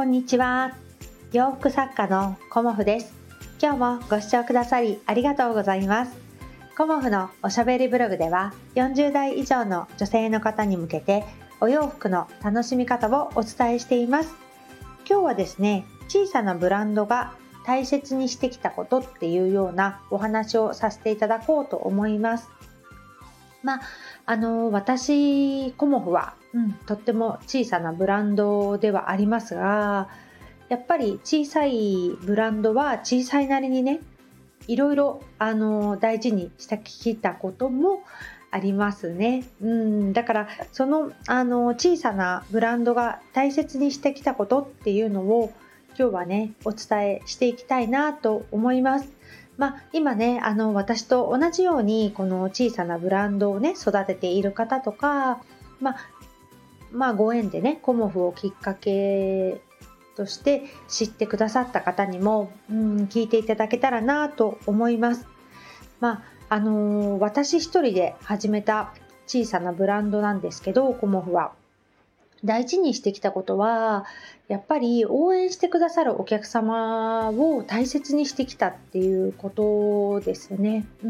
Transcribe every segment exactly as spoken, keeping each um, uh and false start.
こんにちは。洋服作家のコモフです。今日もご視聴くださりありがとうございます。コモフのおしゃべりブログではよんじゅう代以上の女性の方に向けてお洋服の楽しみ方をお伝えしています。今日はですね、小さなブランドが大切にしてきたことっていうようなお話をさせていただこうと思います。まあ、あの私コモフは、うん、とっても小さなブランドではありますが、やっぱり小さいブランドは小さいなりにね、いろいろあの大事にしてきたこともありますね。うん、だからそのあの小さなブランドが大切にしてきたことっていうのを今日はねお伝えしていきたいなと思います。まあ、今ねあの私と同じようにこの小さなブランドをね育てている方とか、まあ、まあご縁でねコモフをきっかけとして知ってくださった方にも、うん、聞いていただけたらなと思います。まああのー私一人で始めた小さなブランドなんですけど、コモフは大事にしてきたことはやっぱり応援してくださるお客様を大切にしてきたっていうことですね。うん、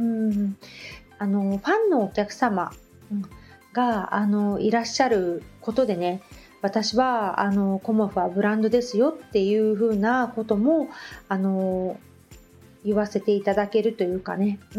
あのファンのお客様があのいらっしゃることでね、私はあのコモフはブランドですよっていう風なこともあの言わせていただけるというかね、うん、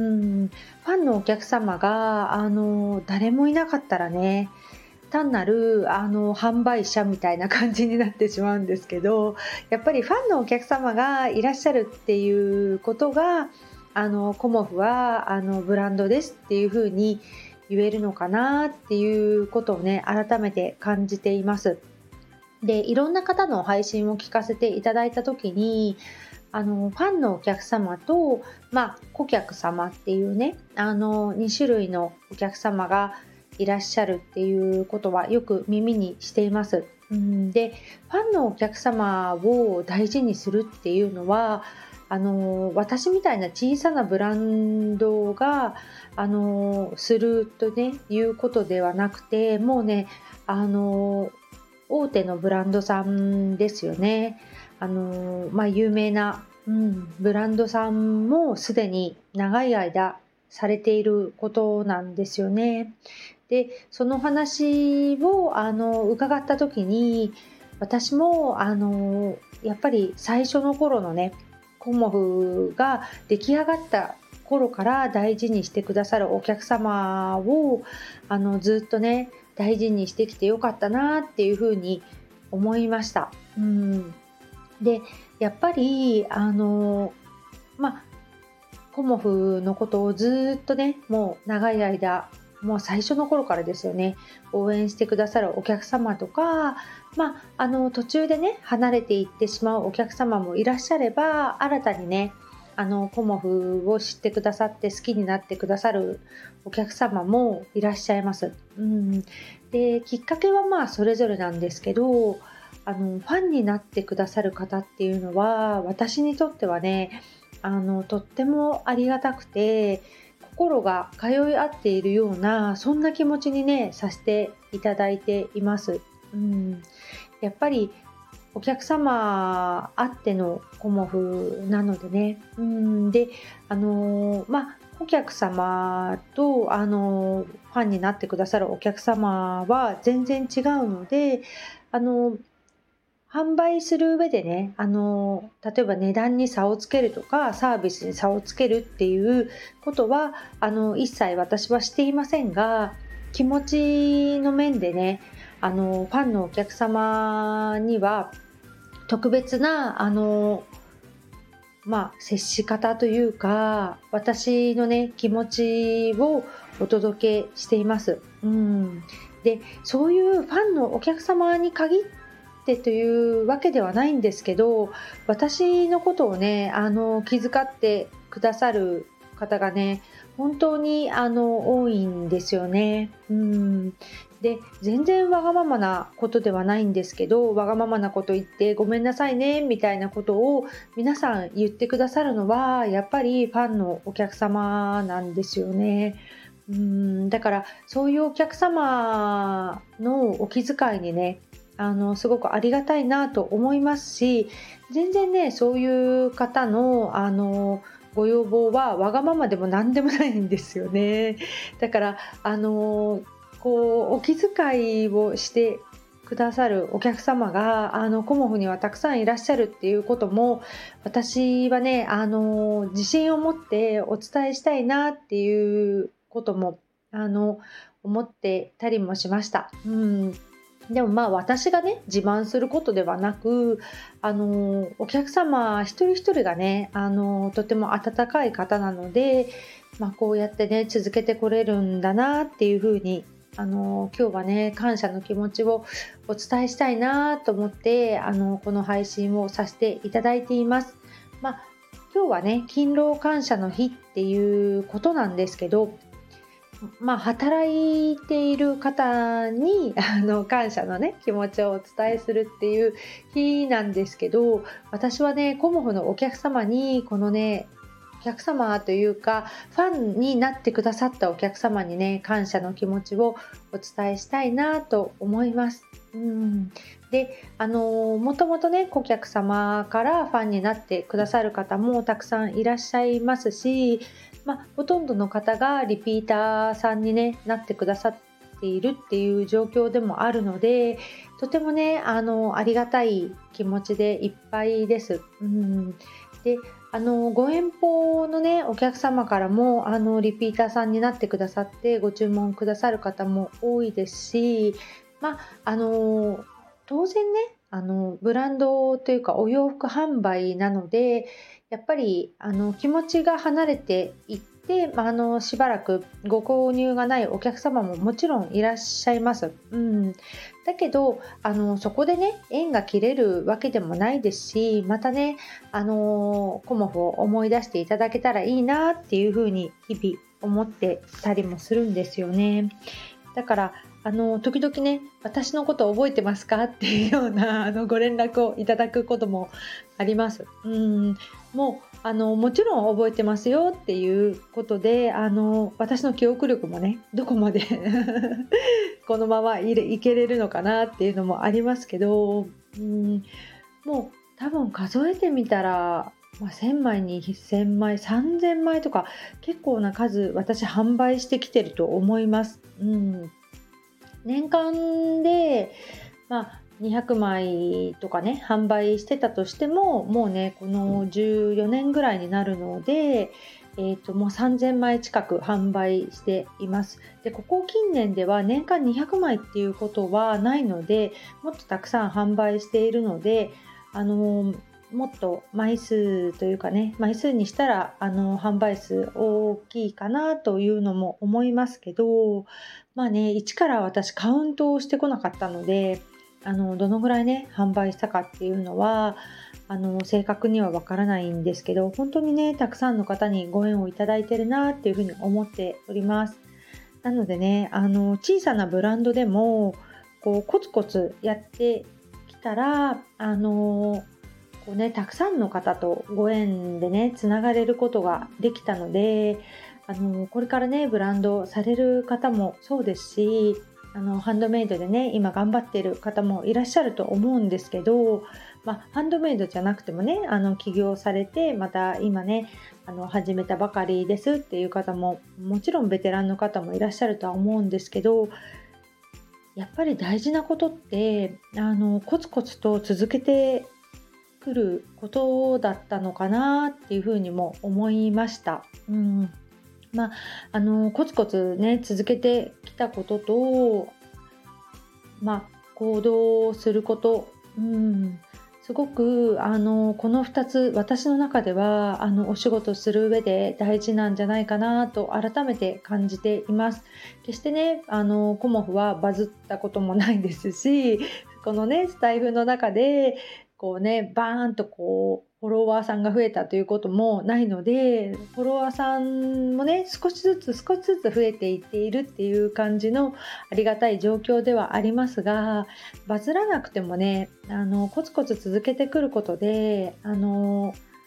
ファンのお客様があの誰もいなかったらね、単なるあの販売者みたいな感じになってしまうんですけど、やっぱりファンのお客様がいらっしゃるっていうことがあのコモフはあのブランドですっていう風に言えるのかなっていうことをね改めて感じています。で、いろんな方の配信を聞かせていただいた時にあのファンのお客様と、まあ、顧客様っていうねあのに種類のお客様がいらっしゃるっていうことはよく耳にしています。うん、で、ファンのお客様を大事にするっていうのはあの私みたいな小さなブランドがあのするとねいうことではなくて、もうねあの大手のブランドさんですよね。あのまあ、有名な、うん、ブランドさんもすでに長い間されていることなんですよね。で、その話をあの伺った時に、私もあのやっぱり最初の頃のねコモフが出来上がった頃から大事にしてくださるお客様をあのずっとね大事にしてきてよかったなっていうふうに思いました。うん、で、やっぱりあのまあコモフのことをずっとねもう長い間、もう最初の頃からですよね、応援してくださるお客様とか、まあ、あの途中でね離れていってしまうお客様もいらっしゃれば、新たにねあのコモフを知ってくださって好きになってくださるお客様もいらっしゃいます。うん、で、きっかけはまあそれぞれなんですけど、あのファンになってくださる方っていうのは私にとってはねあのとってもありがたくて、心が通い合っているようなそんな気持ちにねさせていただいています。うん、やっぱりお客様あってのコモフなのでね、うん、で、あのまあ顧客様とあのファンになってくださるお客様は全然違うので、あの販売する上でね、あの例えば値段に差をつけるとかサービスに差をつけるっていうことはあの一切私はしていませんが、気持ちの面でねあのファンのお客様には特別なあのまあ接し方というか、私のね気持ちをお届けしています。うん、で、そういうファンのお客様に限ってというわけではないんですけど、私のことをねあの気遣ってくださる方がね本当にあの多いんですよね。うん、で、全然わがままなことではないんですけど、わがままなこと言ってごめんなさいねみたいなことを皆さん言ってくださるのはやっぱりファンのお客様なんですよね。うん、だからそういうお客様のお気遣いにねあのすごくありがたいなと思いますし、全然ねそういう方のあのご要望はわがままでも何でもないんですよね。だからあのこうお気遣いをしてくださるお客様があのコモフにはたくさんいらっしゃるっていうことも、私はねあの自信を持ってお伝えしたいなっていうこともあの思ってたりもしました。うん、でもまあ私がね自慢することではなく、あのお客様一人一人がねあのとても温かい方なので、まあ、こうやってね続けてこれるんだなっていうふうに、あの今日はね感謝の気持ちをお伝えしたいなと思って、あのこの配信をさせていただいています。まあ、今日はね勤労感謝の日っていうことなんですけど、まあ、働いている方にあの感謝のね気持ちをお伝えするっていう日なんですけど、私はねコモフのお客様にこのねお客様というかファンになってくださったお客様にね感謝の気持ちをお伝えしたいなと思います。うん、で、あのもともとね顧客様からファンになってくださる方もたくさんいらっしゃいますし、まあ、ほとんどの方がリピーターさんに、ね、なってくださっているっていう状況でもあるので、とてもね あのありがたい気持ちでいっぱいです。うん、であのご遠方のねお客様からもあのリピーターさんになってくださってご注文くださる方も多いですし、まああの当然ねあのブランドというかお洋服販売なので、やっぱりあの気持ちが離れていって、まあ、あのしばらくご購入がないお客様ももちろんいらっしゃいます。うん、だけどあのそこでね縁が切れるわけでもないですし、またねあのコモフを思い出していただけたらいいなっていうふうに日々思ってたりもするんですよね。だからあの時々ね私のこと覚えてますかっていうようなあのご連絡をいただくこともあります。うんもうあのもちろん覚えてますよっていうことで、あの私の記憶力もねどこまでこのままいれいけれるのかなっていうのもありますけど、うんもう多分数えてみたら、まあ、せんまいにせんまいさんぜんまいとか結構な数私販売してきてると思います。うん年間で、まあ、にひゃくまいとかね販売してたとしても、もうねこのじゅうよねんぐらいになるので、えー、ともうさんぜんまい近く販売しています。でここ近年では年間にひゃくまいっていうことはないので、もっとたくさん販売しているので、あのーもっと枚数というかね枚数にしたらあの販売数大きいかなというのも思いますけど、まあね一から私カウントをしてこなかったので、あのどのぐらいね販売したかっていうのはあの正確にはわからないんですけど、本当にねたくさんの方にご縁をいただいてるなっていうふうに思っております。なのでねあの小さなブランドでもこうコツコツやってきたら、あのこうね、たくさんの方とご縁でねつながれることができたので、あのこれからねブランドされる方もそうですし、あのハンドメイドでね今頑張っている方もいらっしゃると思うんですけど、まあ、ハンドメイドじゃなくてもねあの起業されてまた今ねあの始めたばかりですっていう方ももちろんベテランの方もいらっしゃるとは思うんですけど、やっぱり大事なことってあのコツコツと続けてくることだったのかなっていうふうにも思いました。うんまあ、あのコツコツね続けてきたことと、まあ、行動すること、うん、すごくあのこのふたつ私の中ではあのお仕事する上で大事なんじゃないかなと改めて感じています。決してねあのコモフはバズったこともないですし、このねスタイフの中でこうねバーンとこうフォロワーさんが増えたということもないので、フォロワーさんもね少しずつ少しずつ増えていっているっていう感じのありがたい状況ではありますが、バズらなくてもねあのコツコツ続けてくることであの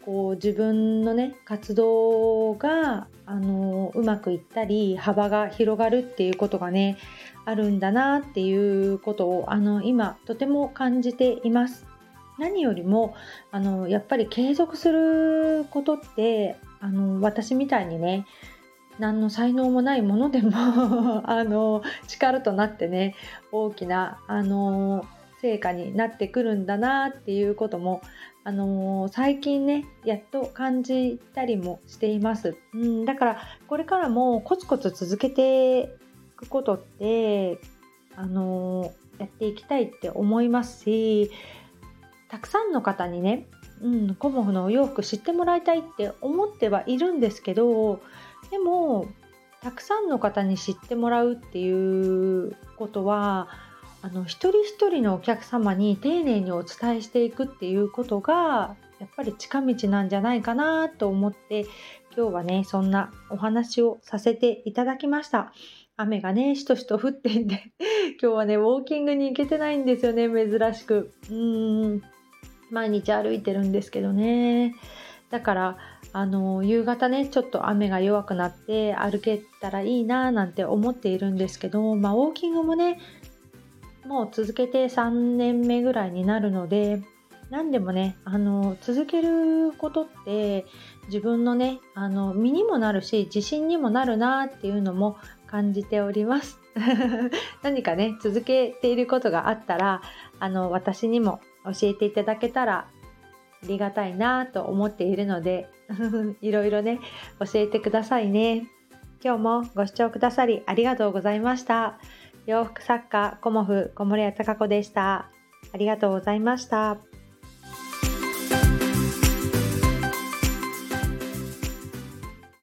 こう自分のね活動があのうまくいったり幅が広がるっていうことがねあるんだなっていうことをあの今とても感じています。何よりもあのやっぱり継続することってあの私みたいにね何の才能もないものでもあの力となってね大きなあの成果になってくるんだなっていうこともあの最近ねやっと感じたりもしています、うん、だからこれからもコツコツ続けていくことってあのやっていきたいって思いますし、たくさんの方にね、うん、コモフのお洋服知ってもらいたいって思ってはいるんですけど、でもたくさんの方に知ってもらうっていうことはあの一人一人のお客様に丁寧にお伝えしていくっていうことがやっぱり近道なんじゃないかなと思って今日はねそんなお話をさせていただきました。雨がねしとしと降っていて今日はねウォーキングに行けてないんですよね、珍しく。うーん毎日歩いてるんですけどね。だからあの夕方ねちょっと雨が弱くなって歩けたらいいななんて思っているんですけど、まあ、ウォーキングもねもう続けてさんねんめぐらいになるので、何でもねあの続けることって自分のねあの身にもなるし自信にもなるなっていうのも感じております何かね続けていることがあったらあの私にも教えていただけたらありがたいなと思っているのでいろいろね教えてくださいね。今日もご視聴くださりありがとうございました。洋服作家コモフ小森屋隆子でした。ありがとうございました。